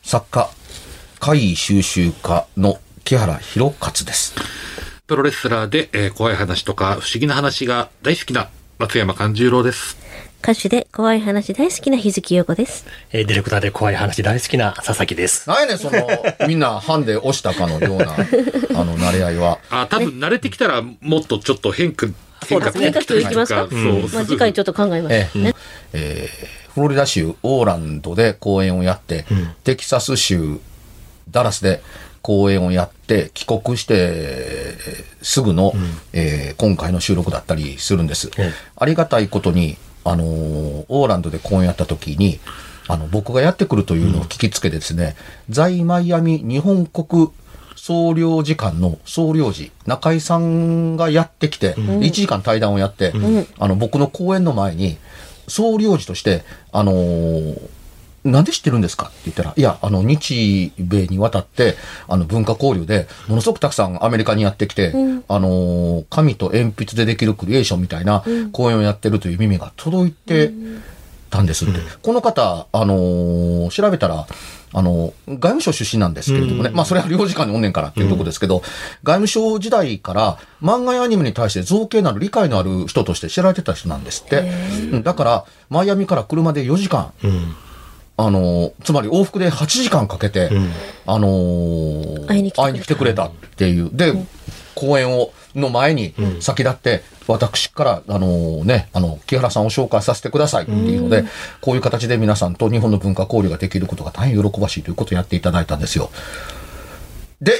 作家、怪異収集家の木原博勝です。 プロレスラーで、怖い話とか不思議な話が大好きな松山勘十郎です。 歌手で怖い話大好きな日月陽子です。 ディレクターで怖い話大好きな佐々木です。 なんやねん、その、みんなハンデ押したかのような、慣れ合いは。 多分慣れてきたらもっとちょっと変化変化球いきますか。次回ちょっと考えますね。 フロリダ州オーランドで公演をやって、テキサス州ダラスで公演をやって帰国してすぐの、今回の収録だったりするんです。ありがたいことにオーランドで公演やった時に僕がやってくるというのを聞きつけてですね、在マイアミ日本国総領事館の総領事中井さんがやってきて、1時間対談をやって、僕の講演の前に総領事としてなんで知ってるんですかって言ったら、いや、日米にわたって、文化交流で、ものすごくたくさんアメリカにやってきて、紙と鉛筆でできるクリエーションみたいな講演をやってるという耳が届いてたんですって。この方、調べたら、外務省出身なんですけれどもね、それは領事館におんねんからっていうところですけど、外務省時代から漫画やアニメに対して造形のある理解のある人として知られてた人なんですって。だから、マイアミから車で4時間、つまり往復で8時間かけて、会いに来てくれたっていう。で、講演の前に先立って、私から、木原さんを紹介させてくださいっていうので、こういう形で皆さんと日本の文化交流ができることが大変喜ばしいということをやっていただいたんですよ。で、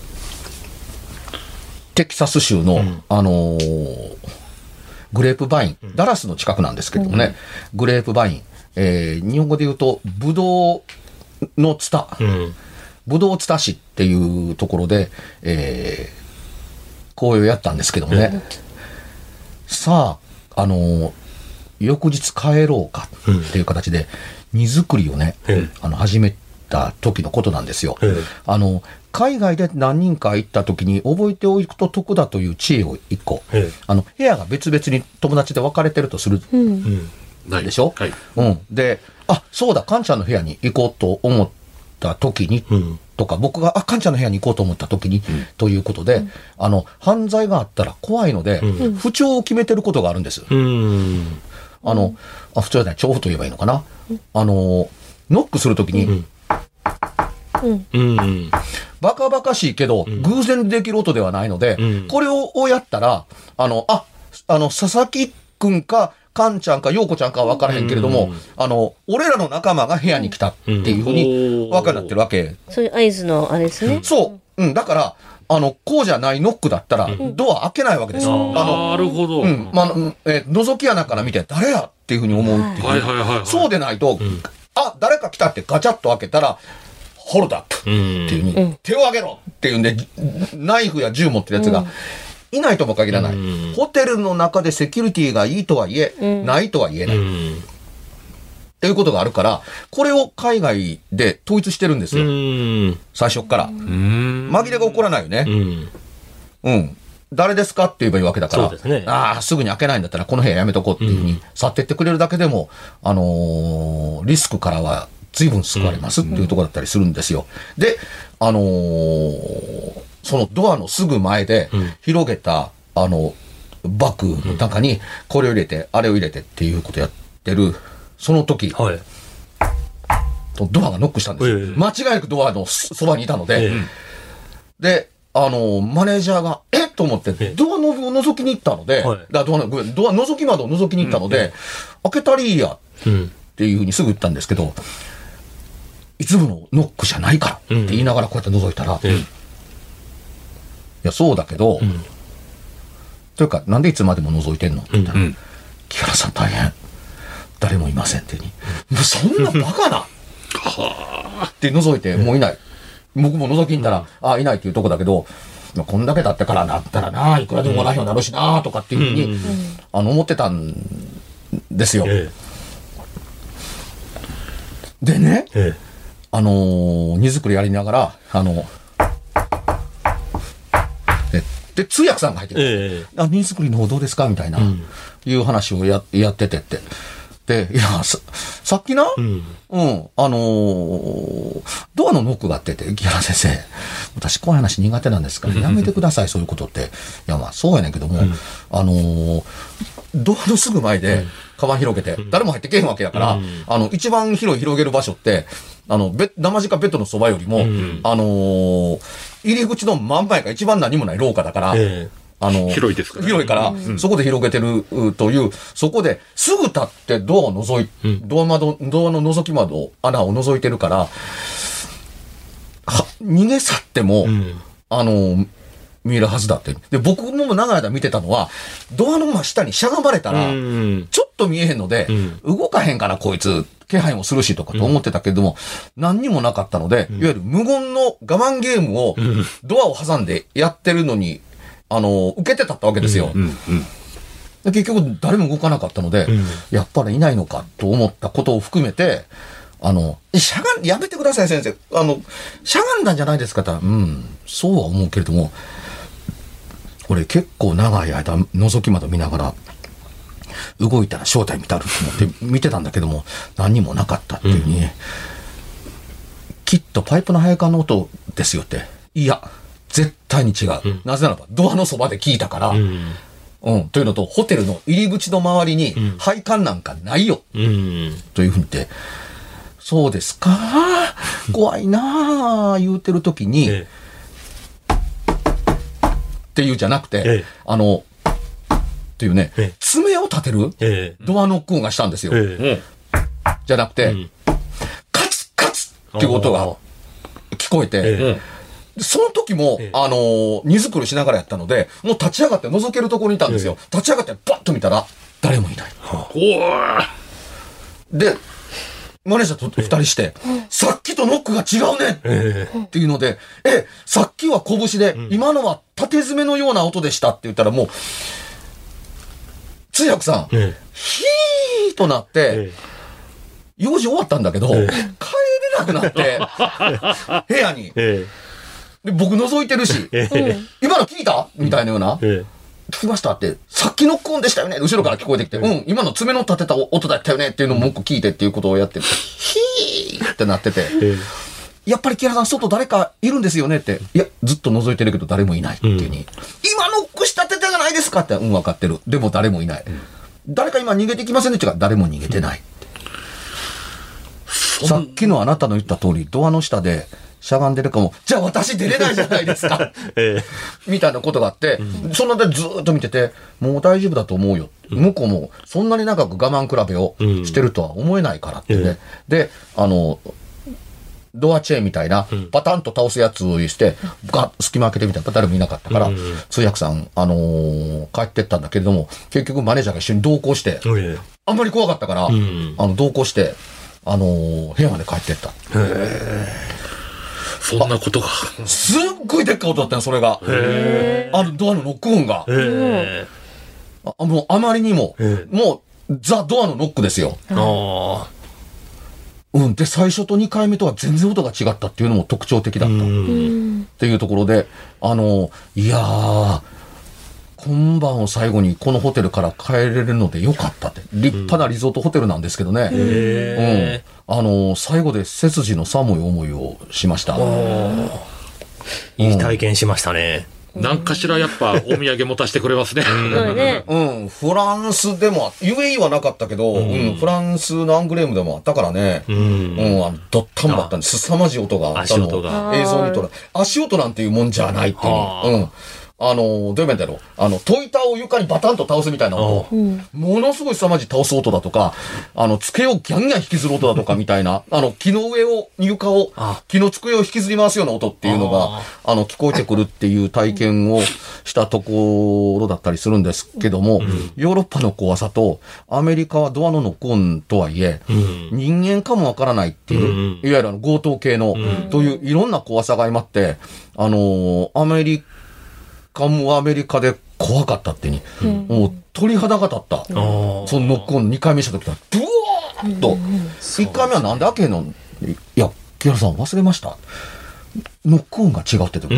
テキサス州の、グレープバイン、ダラスの近くなんですけどもね、グレープバイン、日本語で言うと、ブドウのツタ、ブドウツタ市っていうところで、講演をやったんですけどもね、さあ、翌日帰ろうかっていう形で、荷造りをね、始めた時のことなんですよ。海外で何人か行った時に覚えておくと得だという知恵を一個、部屋が別々に友達で分かれてるとする。でしょ、で、そうだ、カンちゃんの部屋に行こうと思った時に、とか、僕が、カンちゃんの部屋に行こうと思った時に、ということで、犯罪があったら怖いので、不調を決めてることがあるんです。不調じゃない、調布と言えばいいのかな。ノックするときに、バカバカしいけど、偶然できる音ではないので、これをやったら、佐々木くんか、カンちゃんか、ヨーコちゃんかは分からへんけれども、俺らの仲間が部屋に来たっていうふうに分かるなってるわけ。 そういう合図のあれですね。 そう。だから、こうじゃないノックだったら、ドア開けないわけです。 なるほど。 覗き穴から見て、誰やっていうふうに思うっていう。そうでないと、誰か来たってガチャッと開けたら、ホルダップっていうふうに、手を挙げろっていうんで、ナイフや銃持ってるやつが、いないとも限らない。ホテルの中でセキュリティがいいとはいえ、ないとは言えない。っていうことがあるから、これを海外で統一してるんですよ。最初から。紛れが起こらないよね。誰ですかって言えばいいわけだから、すぐに開けないんだったらこの部屋やめとこうっていうふうに去ってってくれるだけでも、リスクからは随分救われますっていうところだったりするんですよ。で、そのドアのすぐ前で広げた、バッグの中にこれを入れて、あれを入れてっていうことをやってる、その時、ドアがノックしたんですよ。間違いなくドアのそばにいたので、で、マネージャーが、と思って、ドアの覗きに行ったので、ドア覗き窓を覗きに行ったので、開けたりや、っていうふうにすぐ言ったんですけど、いつものノックじゃないからって言いながらこうやって覗いたら、いや、そうだけど、というか、なんでいつまでも覗いてんのって言ったら、木原さん大変。誰もいませんっていうに。そんなバカなって覗いて、もういない。僕も覗きに行ったら、いないっていうとこだけど、こんだけだってからなったらな、いくらでももらえるようになるしな、とかっていうふうに、思ってたんですよ。でね、荷造りやりながら、で、通訳さんが入ってくる。荷造りの方どうですかみたいな、いう話をやっててって。 で、いや、さっきな、ドアのノックがあってて、木原先生、私怖い話苦手なんですから、やめてください、そういうことって。いや、まあ、そうやねんけども、ドアのすぐ前で、カバン広げて、誰も入ってけへんわけやから、一番広げる場所って、生直ベッドのそばよりも、入り口の真ん前が一番何もない廊下だから、 広いですから、 広いから、そこで広げてるという、そこですぐ立ってドアを覗い、ドアの覗き窓、穴を覗いてるから、逃げ去っても、見えるはずだって。で、僕も長い間見てたのは、ドアの真下にしゃがまれたら、ちょっと見えへんので、動かへんかな、こいつ。気配もするしとかと思ってたけれども、何にもなかったので、いわゆる無言の我慢ゲームを、ドアを挟んでやってるのに、受けてたわけですよ。で結局誰も動かなかったので、やっぱりいないのかと思ったことを含めて、やめてください先生。しゃがんだんじゃないですかって言ったら、そうは思うけれども、俺結構長い間覗き窓見ながら、動いたら正体見たると思って見てたんだけども、何にもなかったっていうに、きっとパイプの配管の音ですよって。いや、絶対に違う。なぜならば、ドアのそばで聞いたから、というのと、ホテルの入り口の周りに配管なんかないよ。というふうに言って、そうですか、怖いなぁ、言うてるときに、っていうじゃなくて、っていうね、爪を立てるドアノック音がしたんですよ。じゃなくて、カツカツっていう音が聞こえて、その時も、荷造りしながらやったので、もう立ち上がって覗けるところにいたんですよ。立ち上がってバッと見たら、誰もいない。で、マネージャーと二人して、さっきとノックが違うねっていうので、さっきは拳で、今のは縦爪のような音でしたって言ったらもう、通訳さん、ヒーとなって、用事終わったんだけど、帰れなくなって、部屋に。で、僕覗いてるし、今の聞いたみたいなような。聞きましたって、さっきノックオンでしたよね後ろから聞こえてきて、今の爪の立てた音だったよねっていうのをもう一個聞いてっていうことをやって、ヒーってなってて、やっぱり木原さん外誰かいるんですよねって、いや、ずっと覗いてるけど誰もいないっていうに、今ノックしたてたじゃないですかって、分かってる。でも誰もいない。誰か今逃げてきませんでしたか？誰も逃げてない。さっきのあなたの言った通り、ドアの下で、しゃがんでるかも。じゃあ私出れないじゃないですか。みたいなことがあって、そんなでずーっと見てて、もう大丈夫だと思うよ。向こうもそんなに長く我慢比べをしてるとは思えないからってね。で、ドアチェーンみたいな、パタンと倒すやつをして、隙間開けてみたら誰もいなかったから、通訳さん、帰ってったんだけれども、結局マネージャーが一緒に同行して、あんまり怖かったから、同行して、部屋まで帰ってった。 そんなことが。 すっごいでっかい音だったよ、それが。ドアのノック音が。もうあまりにも、もう、ザ・ドアのノックですよ。で、最初と2回目とは全然音が違ったっていうのも特徴的だった。っていうところで、いやー、今晩を最後にこのホテルから帰れるのでよかったって。立派なリゾートホテルなんですけどね。最後で背筋の寒い思いをしました。 いい体験しましたね。 何かしらやっぱお土産持たせてくれますね。 フランスでも、UAE はなかったけど、フランスのアングレームでもあったからね。ドッタンバッタンで凄まじい音があったのを映像に撮る。足音なんていうもんじゃないっていう。どういう面だろう。トイタを床にバタンと倒すみたいな音。ものすごい凄まじい倒す音だとか、机をギャンギャン引きずる音だとかみたいな、木の上を、床を、木の机を引きずり回すような音っていうのが、聞こえてくるっていう体験をしたところだったりするんですけども、ヨーロッパの怖さと、アメリカはドアのノックオンとはいえ、人間かもわからないっていう、いわゆる強盗系の、といういろんな怖さが相まって、アメリカで怖かったってに、もう鳥肌が立った。そのノックオン2回目した時から、ブワーッと、1回目はなんで開けへんの？いや、木原さん忘れました。ノックオンが違うって時、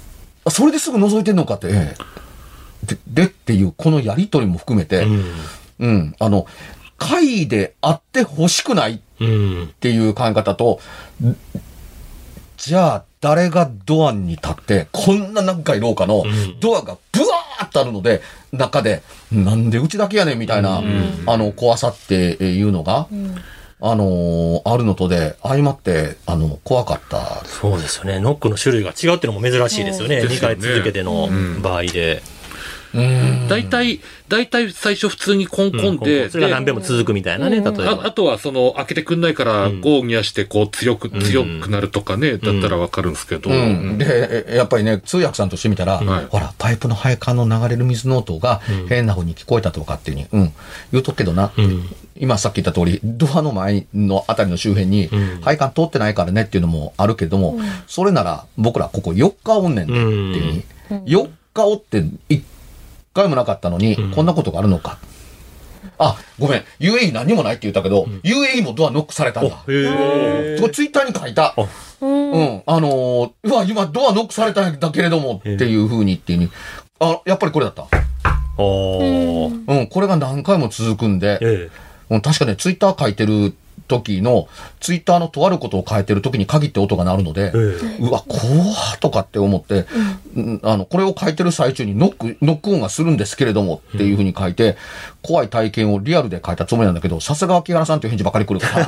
それですぐ覗いてんのかって、でっていうこのやりとりも含めて、 うん。会議であってほしくないっていう考え方と、じゃあ誰がドアに立って、こんな長い廊下のドアがブワーっとあるので、中で、なんでうちだけやねんみたいな、怖さっていうのが、あるのとで、相まって、怖かった。 そうですよね。ノックの種類が違うっていうのも珍しいですよね。2回続けての場合で。 大体最初普通にコンコンで、 それが何遍も続くみたいなね、例えば。 あとは開けてくんないから、ゴーギャして強くなるとかね、だったらわかるんですけど。 で、やっぱりね、通訳さんとしてみたら、ほら、パイプの配管の流れる水の音が変な風に聞こえたとかっていうふうに、言うとくけどな、今さっき言った通り、ドアの前のあたりの周辺に配管通ってないからねっていうのもあるけども、それなら僕らここ4日おんねんでっていうふうに、4日おって1回もなかったのに、こんなことがあるのか。あ、ごめん。UAE 何もないって言ったけど、UAE もドアノックされたんだ。ツイッターに書いた。うわ、今ドアノックされたんだけれどもっていう風にっていうに。やっぱりこれだった。これが何回も続くんで、確かね、ツイッター書いてる時の、ツイッターのとあることを変えてる時に限って音が鳴るので、うわ、怖ーとかって思って、これを書いてる最中にノック音がするんですけれどもっていうふうに書いて、怖い体験をリアルで書いたつもりなんだけど、さすが秋原さんという返事ばかり来るから、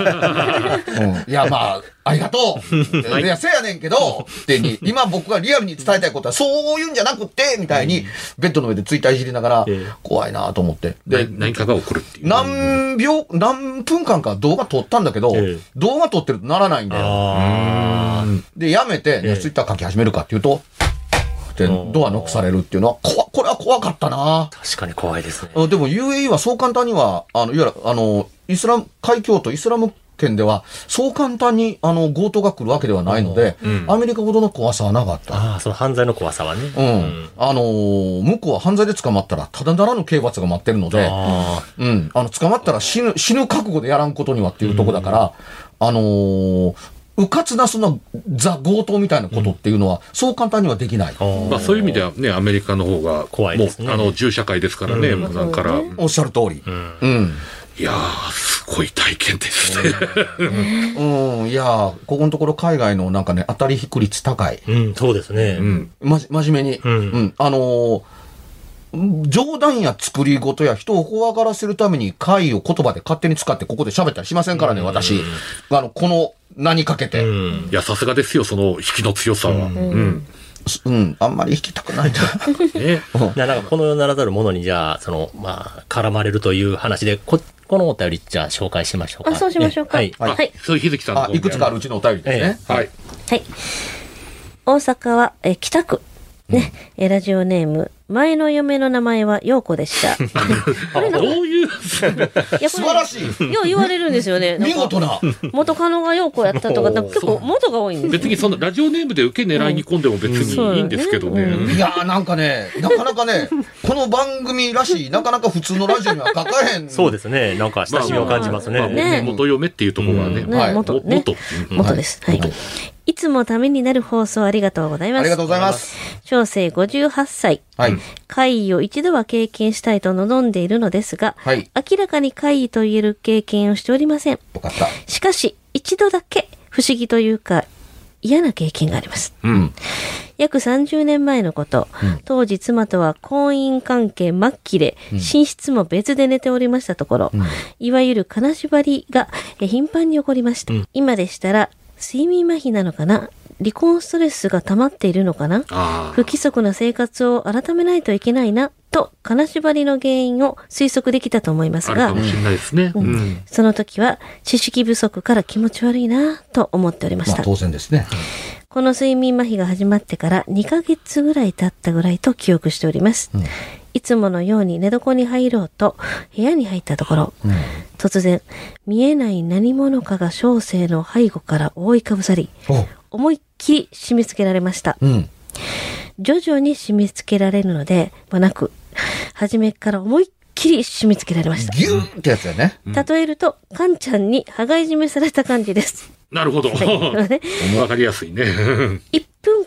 いや、まあ、ありがとういや、せやねんけど、今僕がリアルに伝えたいことは、そういうんじゃなくて、みたいに、ベッドの上でツイッターいじりながら、怖いなと思って。 で、何かが起こるっていう。 何分間か動画撮ったんだけど、動画撮ってるとならないんだよ。で、やめて、ツイッター書き始めるかっていうと、ドアノックされるっていうのは、これは怖かったな。 確かに怖いですね。 でも UAE はそう簡単には、いわゆる、海峡とイスラム圏では、そう簡単に、強盗が来るわけではないので、アメリカほどの怖さはなかった。 その犯罪の怖さはね。 向こうは犯罪で捕まったら、ただならぬ刑罰が待ってるので、捕まったら死ぬ覚悟でやらんことにはっていうとこだから、うかつなそのザ強盗みたいなことっていうのは、そう簡単にはできない。 まあそういう意味ではね、アメリカの方が怖いですね。 もう銃社会ですからね、だから。 おっしゃる通り。 いやー、すごい体験ですね。 いやー、ここのところ海外のなんかね、当たり引く率高い。 そうですね。 真面目に。冗談や作り事や人を怖がらせるために会を言葉で勝手に使ってここで喋ったりしませんからね、私。この名にかけて。 いや、さすがですよ、その引きの強さは。 あんまり引きたくないな。なんかこの世ならざるものに、じゃあ、絡まれるという話で、このお便り、じゃあ紹介しましょうか。 そうしましょうか。はい。 そういう日月さんの。 いくつかあるうちのお便りですね。はい。 大阪は、北区。ね、ラジオネーム、前の嫁の名前は陽子でした。 どういう素晴らしい。 よう言われるんですよね。 見事な。 元カノが陽子やったとか、結構元が多いんです。 別にそのラジオネームで受け狙いに込んでも別にいいんですけどね。 いやーなんかね、なかなかね、この番組らしい、なかなか普通のラジオには書かへん。 そうですね。なんか親しみを感じますね。 元嫁っていうところはね。 元です。はい。いつもためになる放送ありがとうございます。 ありがとうございます。 小生58歳。怪異を一度は経験したいと望んでいるのですが、明らかに怪異と言える経験をしておりません。 よかった。 しかし、一度だけ不思議というか、嫌な経験があります。約30年前のこと、当時妻とは婚姻関係末期で、寝室も別で寝ておりましたところ、いわゆる金縛りが頻繁に起こりました。今でしたら、睡眠麻痺なのかな、離婚ストレスが溜まっているのかな、不規則な生活を改めないといけないなと金縛りの原因を推測できたと思いますが、 あるかもしれないですね。 その時は知識不足から気持ち悪いなと思っておりました。 当然ですね。 この睡眠麻痺が始まってから2ヶ月ぐらい経ったぐらいと記憶しております。いつものように寝床に入ろうと部屋に入ったところ、突然見えない何者かが小生の背後から覆いかぶさり、思いっきり締め付けられました。徐々に締め付けられるのではなく、初めから思いっきり締め付けられました。 ギューってやつだね。 例えると、カンちゃんに羽交い締めされた感じです。 なるほど。わかりやすいね。 1分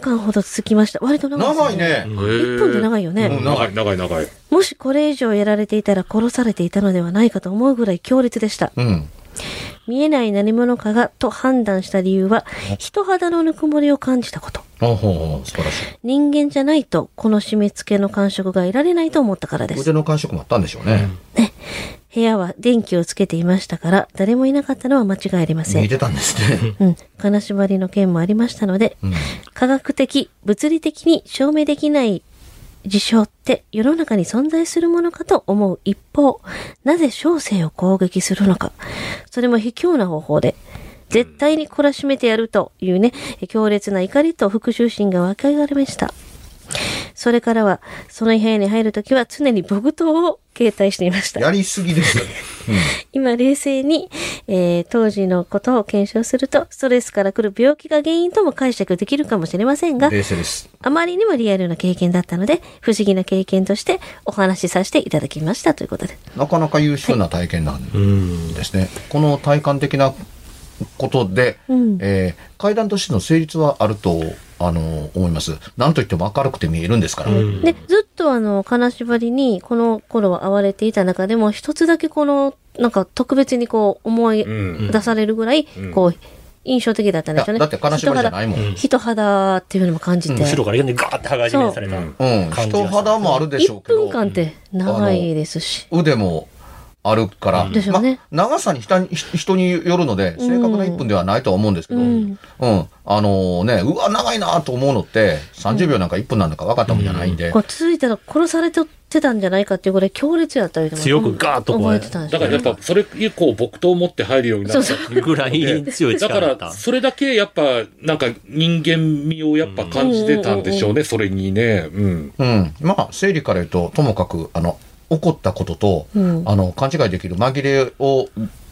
間ほど続きました。割と長いです長いね。 1分って長いよね。 長い、長い、長い。 もしこれ以上やられていたら殺されていたのではないかと思うぐらい強烈でした。見えない何者かがと判断した理由は、人肌のぬくもりを感じたこと。 素晴らしい。 人間じゃないと、この締め付けの感触が得られないと思ったからです。 腕の感触もあったんでしょうね。 部屋は電気をつけていましたから、誰もいなかったのは間違いありません。 見えてたんですね。 金縛りの件もありましたので、科学的、物理的に証明できない事象って世の中に存在するものかと思う一方、なぜ小生を攻撃するのか、それも卑怯な方法で、絶対に懲らしめてやるというね、強烈な怒りと復讐心が湧き上がりました。それからは、その部屋に入るときは常に木刀を携帯していました。 やりすぎですよね。 今冷静に、当時のことを検証すると、ストレスから来る病気が原因とも解釈できるかもしれませんが、 冷静です。 あまりにもリアルな経験だったので、不思議な経験としてお話しさせていただきましたということで。 なかなか優秀な体験なんですね。この体感的なことで、階段としての成立はあると思います。なんといっても明るくて見えるんですから。 で、ずっと金縛りにこの頃は会われていた中でも、一つだけなんか特別に思い出されるぐらい、印象的だったんですよね。 だって金縛りじゃないもん。 人肌っていうのも感じて。 後ろからガーッて剥がしめにされた感じ。 人肌もあるでしょうけど。 1分間って長いですし。 腕もあるから、長さに人によるので、正確な1分ではないとは思うんですけど、うわ、長いなと思うのって、30秒なんか1分なんだか分かったもんじゃないんで。 続いたら殺されてたんじゃないかっていうぐらい強烈やったりとか。 強くガーッと覚えてたんですだからやっぱ、それ以降、木刀を持って入るようになったっていうぐらい強い力だった。 だから、それだけやっぱ、なんか人間味をやっぱ感じてたんでしょうね、それにね。 まあ、整理から言うと、ともかく、起こったことと、勘違いできる紛れを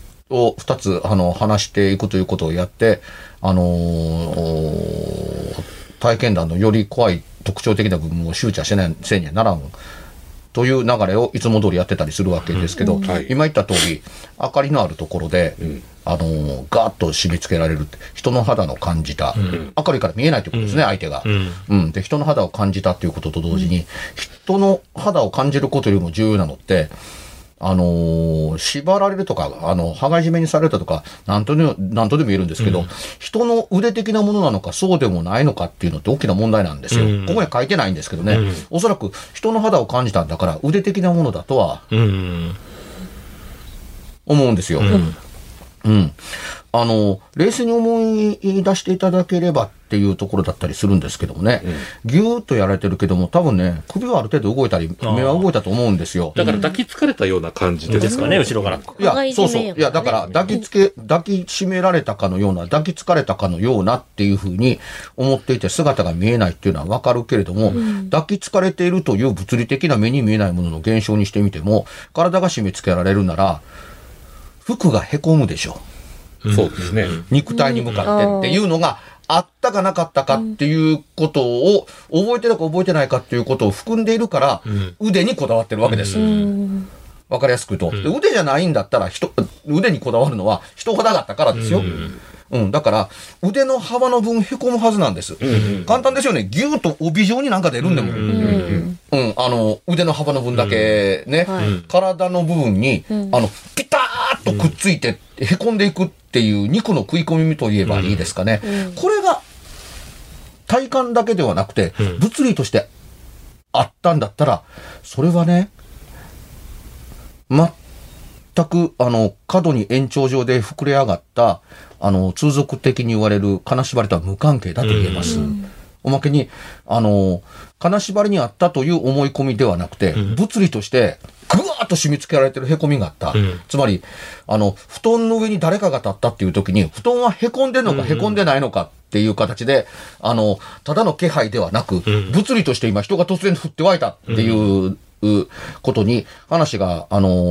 2つ話していくということをやって、体験談のより怖い特徴的な部分を周知はせんにはならんという流れをいつも通りやってたりするわけですけど、今言った通り明かりのあるところで、ガーッと締め付けられる人の肌の感じた、明るいから見えないということですね、相手が、で人の肌を感じたということと同時に、人の肌を感じることよりも重要なのって縛られるとか羽交い締めにされたとか何とでも言えるんですけど、人の腕的なものなのかそうでもないのかっていうのって大きな問題なんですよ。ここには書いてないんですけどね、おそらく人の肌を感じたんだから腕的なものだとは思うんですよ。冷静に思い出していただければっていうところだったりするんですけどもね、ぎゅーっとやられてるけども、多分ね、首はある程度動いたり、目は動いたと思うんですよ。 だから抱きつかれたような感じですかね、後ろから。 いや、そうそう。いや、だから抱きしめられたかのような、抱きつかれたかのようなっていうふうに思っていて、姿が見えないっていうのはわかるけれども、抱きつかれているという物理的な目に見えないものの現象にしてみても、体が締め付けられるなら、服がへこむでしょ。 そうですね。 肉体に向かってっていうのがあったかなかったかっていうことを覚えてるか覚えてないかっていうことを含んでいるから、腕にこだわってるわけです。わかりやすく言うと。腕じゃないんだったら腕にこだわるのは人肌だったからですよ。だから腕の幅の分へこむはずなんです。簡単ですよね。ギューッと帯状になんか出るんでも。腕の幅の分だけね、体の部分に、ピターッとくっついてへこんでいくっていう肉の食い込みといえばいいですかね。これが体感だけではなくて、物理としてあったんだったら、それはね、全く過度に延長上で膨れ上がった通俗的に言われる金縛りとは無関係だと言えます。おまけに金縛りにあったという思い込みではなくて、物理としてぐわーっと締め付けられてるへこみがあった。つまり布団の上に誰かが立ったっていう時に、布団はへこんでんのかへこんでないのかっていう形でただの気配ではなく、物理として今人が突然降って湧いたっていうことに話が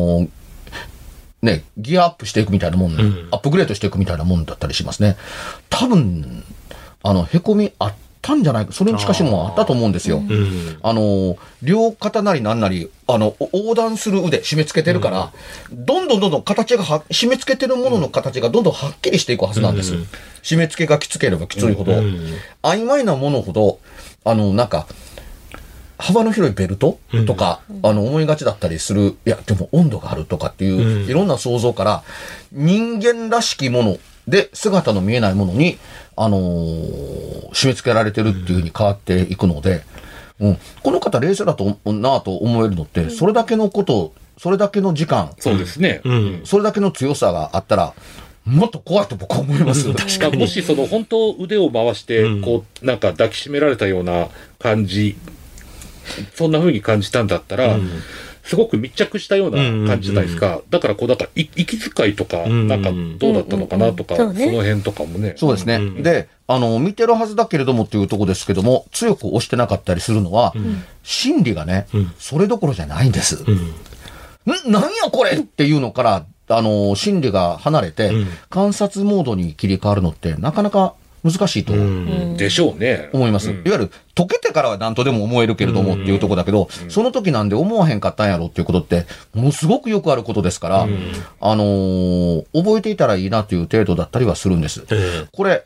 ギアアップしていくみたいなもん、アップグレードしていくみたいなもんだったりしますね。多分へこみあったたんじゃないか、それに近しいものがあったと思うんですよ。両肩なりなんなり、横断する腕、締め付けてるから、どんどん形が締め付けてるものの形がどんどんはっきりしていくはずなんです。締め付けがきつければきついほど、曖昧なものほど、なんか、幅の広いベルトとか、思いがちだったりする、いや、でも温度があるとかっていう、いろんな想像から、人間らしきもので、姿の見えないものに、締め付けられてるっていう風に変わっていくので、この方冷静だとなと思えるのって、それだけのこと、それだけの時間、 そうですね。 それだけの強さがあったら、もっと怖いと僕は思います。 確かに。もし本当腕を回して、なんか抱きしめられたような感じ、そんな風に感じたんだったら、すごく密着したような感じじゃないですか。だから息遣いとか、なんかどうだったのかなとか、その辺とかもね。 そうですね。で、見てるはずだけれどもっていうところですけども、強く押してなかったりするのは、心理がね、それどころじゃないんです。なんやこれっていうのから、心理が離れて、観察モードに切り替わるのって、なかなか難しいとでしょうね。 思います。いわゆる、溶けてからは何とでも思えるけれどもっていうところだけど、その時なんで思わへんかったんやろっていうことって、ものすごくよくあることですから、覚えていたらいいなという程度だったりはするんです。これ、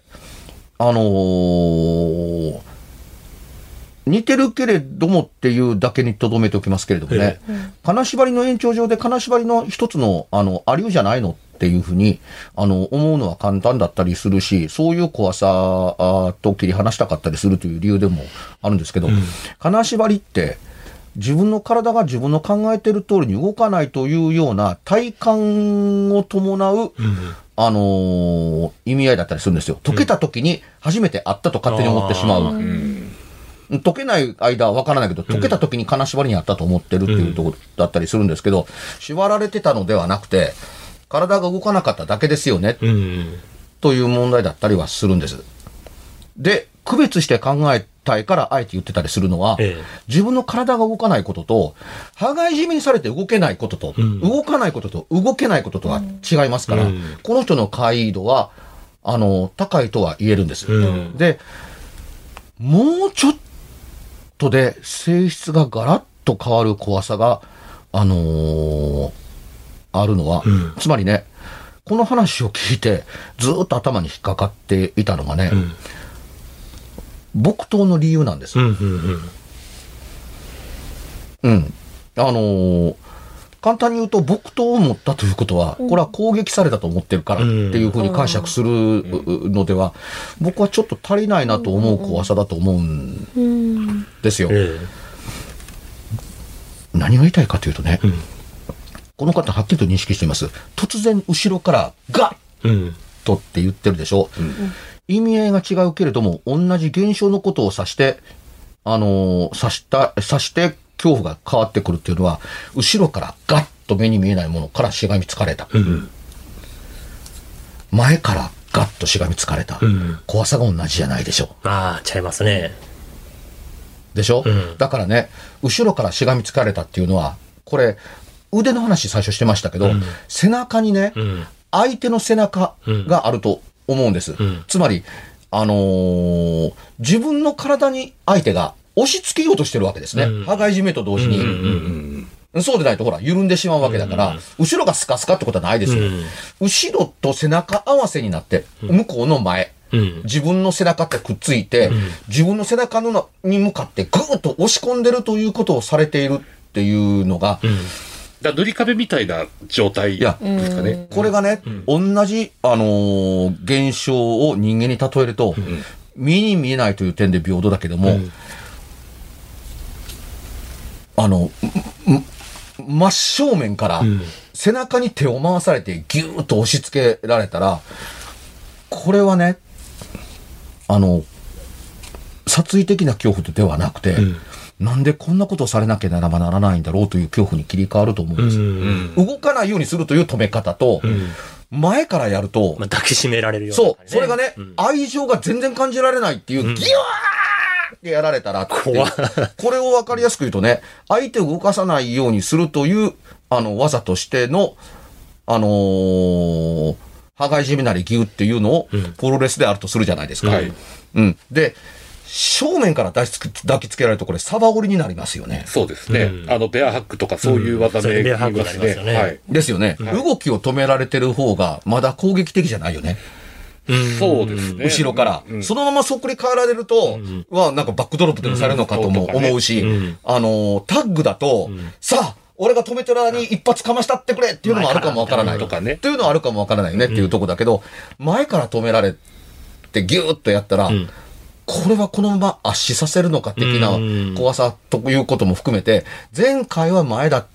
似てるけれどもっていうだけに留めておきますけれどもね、金縛りの延長上で金縛りの一つの、ありゅうじゃないのっていうふうに、思うのは簡単だったりするし、そういう怖さと切り離したかったりするという理由でもあるんですけど、金縛りって、自分の体が自分の考えている通りに動かないというような体感を伴う、意味合いだったりするんですよ。溶けた時に初めて会ったと勝手に思ってしまう。溶けない間は分からないけど、溶けた時に金縛りにあったと思ってるっていうところだったりするんですけど、縛られてたのではなくて、体が動かなかっただけですよね、という問題だったりはするんです。で、区別して考えたいからあえて言ってたりするのは、自分の体が動かないことと、羽交い締めにされて動けないことと、動かないことと動けないこととは違いますから、この人の解度は、高いとは言えるんです。で、もうちょっとで性質がガラッと変わる怖さが、あるのは、つまりね、この話を聞いてずっと頭に引っかかっていたのがね、木刀の理由なんです。簡単に言うと木刀を持ったということは、これは攻撃されたと思ってるからっていうふうに解釈するのでは、僕はちょっと足りないなと思う怖さだと思うんですよ。何が言いたいかというとね、この方はっきりと認識しています。突然後ろからガッとって言ってるでしょ。意味合いが違うけれども、同じ現象のことを指して、指して恐怖が変わってくるっていうのは、後ろからガッと目に見えないものからしがみつかれた。前からガッとしがみつかれた。怖さが同じじゃないでしょ。 ちゃいますね。 でしょ、だからね、後ろからしがみつかれたっていうのは、これ、腕の話最初してましたけど、背中にね、相手の背中があると思うんです。つまり、自分の体に相手が押し付けようとしてるわけですね。羽交い締めと同時に。そうでないとほら、緩んでしまうわけだから、後ろがスカスカってことはないですよ。後ろと背中合わせになって、向こうの前。自分の背中ってくっついて、自分の背中に向かってぐーっと押し込んでるということをされているっていうのが、 塗り壁みたいな状態ですかね。 これがね、同じ、現象を人間に例えると、目に見えないという点で平等だけども、真正面から背中に手を回されてギューッと押し付けられたら、これはね、殺意的な恐怖ではなくて、なんでこんなことをされなきゃならないんだろうという恐怖に切り替わると思うんです。動かないようにするという止め方と、前からやると、 抱きしめられるような、 そう、それがね、愛情が全然感じられないっていう、ギュワーってやられたらっていう、これを分かりやすく言うとね、相手を動かさないようにするという、技としての、羽交い締めなりギュっていうのを、プロレスであるとするじゃないですか。で、 正面から抱きつけられるとこれ、サバ折りになりますよね。 そうですね。ベアハックとかそういう技名ベアハックになりますよね。 はい。 ですよね。動きを止められてる方が、まだ攻撃的じゃないよね。 そうですね。 後ろから。そのままそっくり変えられると、なんかバックドロップでもされるのかとも思うし、タッグだと、さあ、俺が止めてる間に一発かましたってくれっていうのもあるかもわからない。とかね。っていうのはあるかもわからないねっていうとこだけど、前から止められてギューッとやったら、これはこのまま圧死させるのか的な怖さということも含めて、前回は前だった。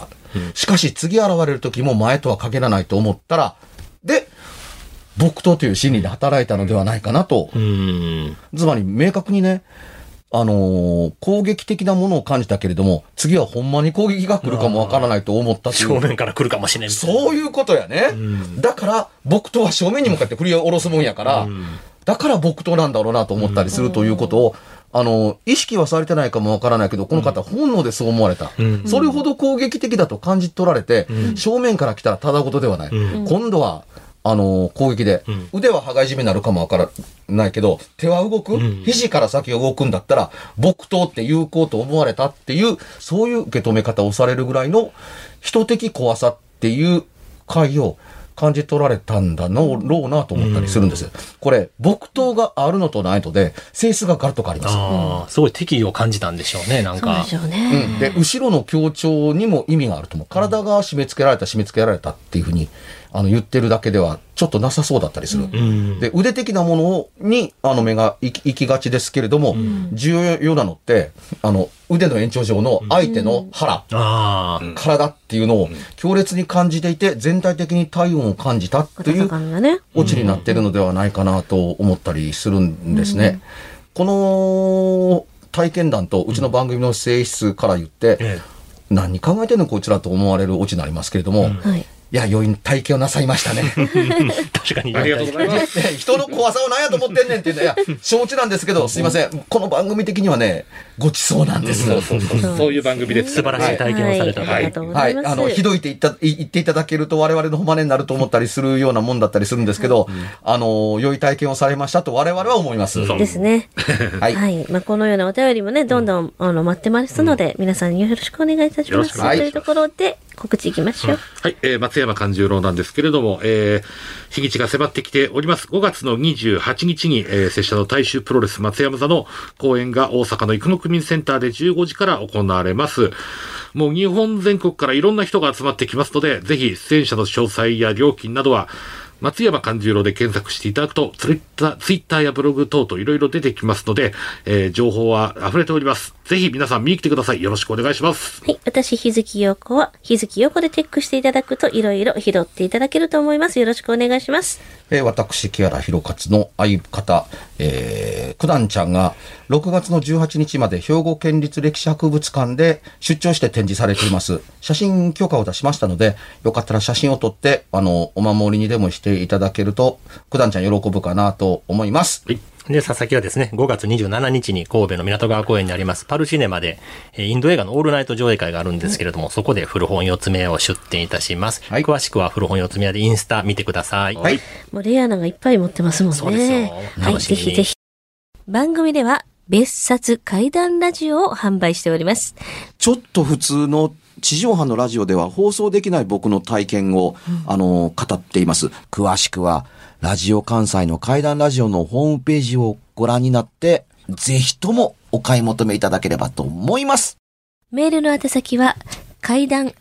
しかし次現れる時も前とは限らないと思ったら、で、木刀という心理で働いたのではないかなと。つまり明確にね、攻撃的なものを感じたけれども、次はほんまに攻撃が来るかもわからないと思ったという。 正面から来るかもしれない。 そういうことやね。だから、木刀は正面に向かって振り下ろすもんやから、だから木刀なんだろうなと思ったりするということを、意識はされてないかもわからないけど、この方本能でそう思われた。それほど攻撃的だと感じ取られて、正面から来たらただ事ではない。今度は、攻撃で、腕は羽交い締めになるかもわからないけど、手は動く、肘から先が動くんだったら、木刀って有効と思われたっていう、そういう受け止め方をされるぐらいの、人的怖さっていう回を感じ取られたんだろうなと思ったりするんですよ。これ、木刀があるのとないので、性質がガラッと変わります。 すごい敵意を感じたんでしょうね、なんか。 そうでしょうね。 で、後ろの強調にも意味があると思う。体が締め付けられたっていうふうに、言ってるだけではちょっとなさそうだったりする。で、腕的なものに、目が行きがちですけれども、重要なのって、腕の延長上の相手の腹、体っていうのを強烈に感じていて、全体的に体温を感じたというオチになっているのではないかなと思ったりするんですね。この体験談とうちの番組の性質から言って、何考えてんのこいつらと思われるオチになりますけれども、いや、良い体験をなさいましたね。 確かに。 ありがとうございます。 人の怖さを何やと思ってんねんっていうのは、いや、承知なんですけど、すいません。この番組的にはね、ごちそうなんです。 そういう番組です。 素晴らしい体験をされた。 ありがとうございます。 はい。ひどいって言っていただけると我々の誉れになると思ったりするようなもんだったりするんですけど、良い体験をされましたと我々は思います。 ですね。 はい。 このようなお便りもね、どんどん待ってますので、皆さんによろしくお願いいたします。というところで、告知いきましょう。 はい。松山勘十郎なんですけれども、日にちが迫ってきております。5月の28日に、拙者の大衆プロレス松山座の公演が大阪の生野区民センターで15時から行われます。もう日本全国からいろんな人が集まってきますので、ぜひ出演者の詳細や料金などは、松山勘十郎で検索していただくと、ツイッターやブログ等々いろいろ出てきますので、情報は溢れております。ぜひ皆さん見に来てください。よろしくお願いします。 はい。私、日月陽子は、日月陽子でチェックしていただくと、いろいろ拾っていただけると思います。よろしくお願いします。 私、木原博勝の相方、九段ちゃんが、6月の18日まで兵庫県立歴史博物館で出張して展示されています。写真許可を出しましたので、よかったら写真を撮って、お守りにでもしていただけると、九段ちゃん喜ぶかなと思います。 はい。で、佐々木はですね、5月27日に神戸の港川公園にありますパルシネマで、インド映画のオールナイト上映会があるんですけれども、そこで古本四つ目屋を出展いたします。はい、詳しくは古本四つ目屋でインスタ見てください。 はい。 もうレアながいっぱい持ってますもんね。 そうですよ。 はい、ぜひぜひ。番組では、別冊怪談ラジオを販売しております。 ちょっと普通の地上波のラジオでは放送できない僕の体験を、語っています。詳しくは、ラジオ関西の怪談ラジオのホームページをご覧になって、ぜひともお買い求めいただければと思います。 メールの宛先は、怪談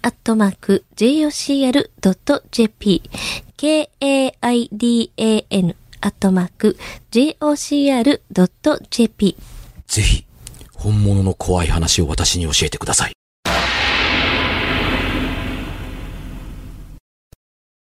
@jocr.jp KAIDAN@jocr.jp ぜひ、本物の怖い話を私に教えてください。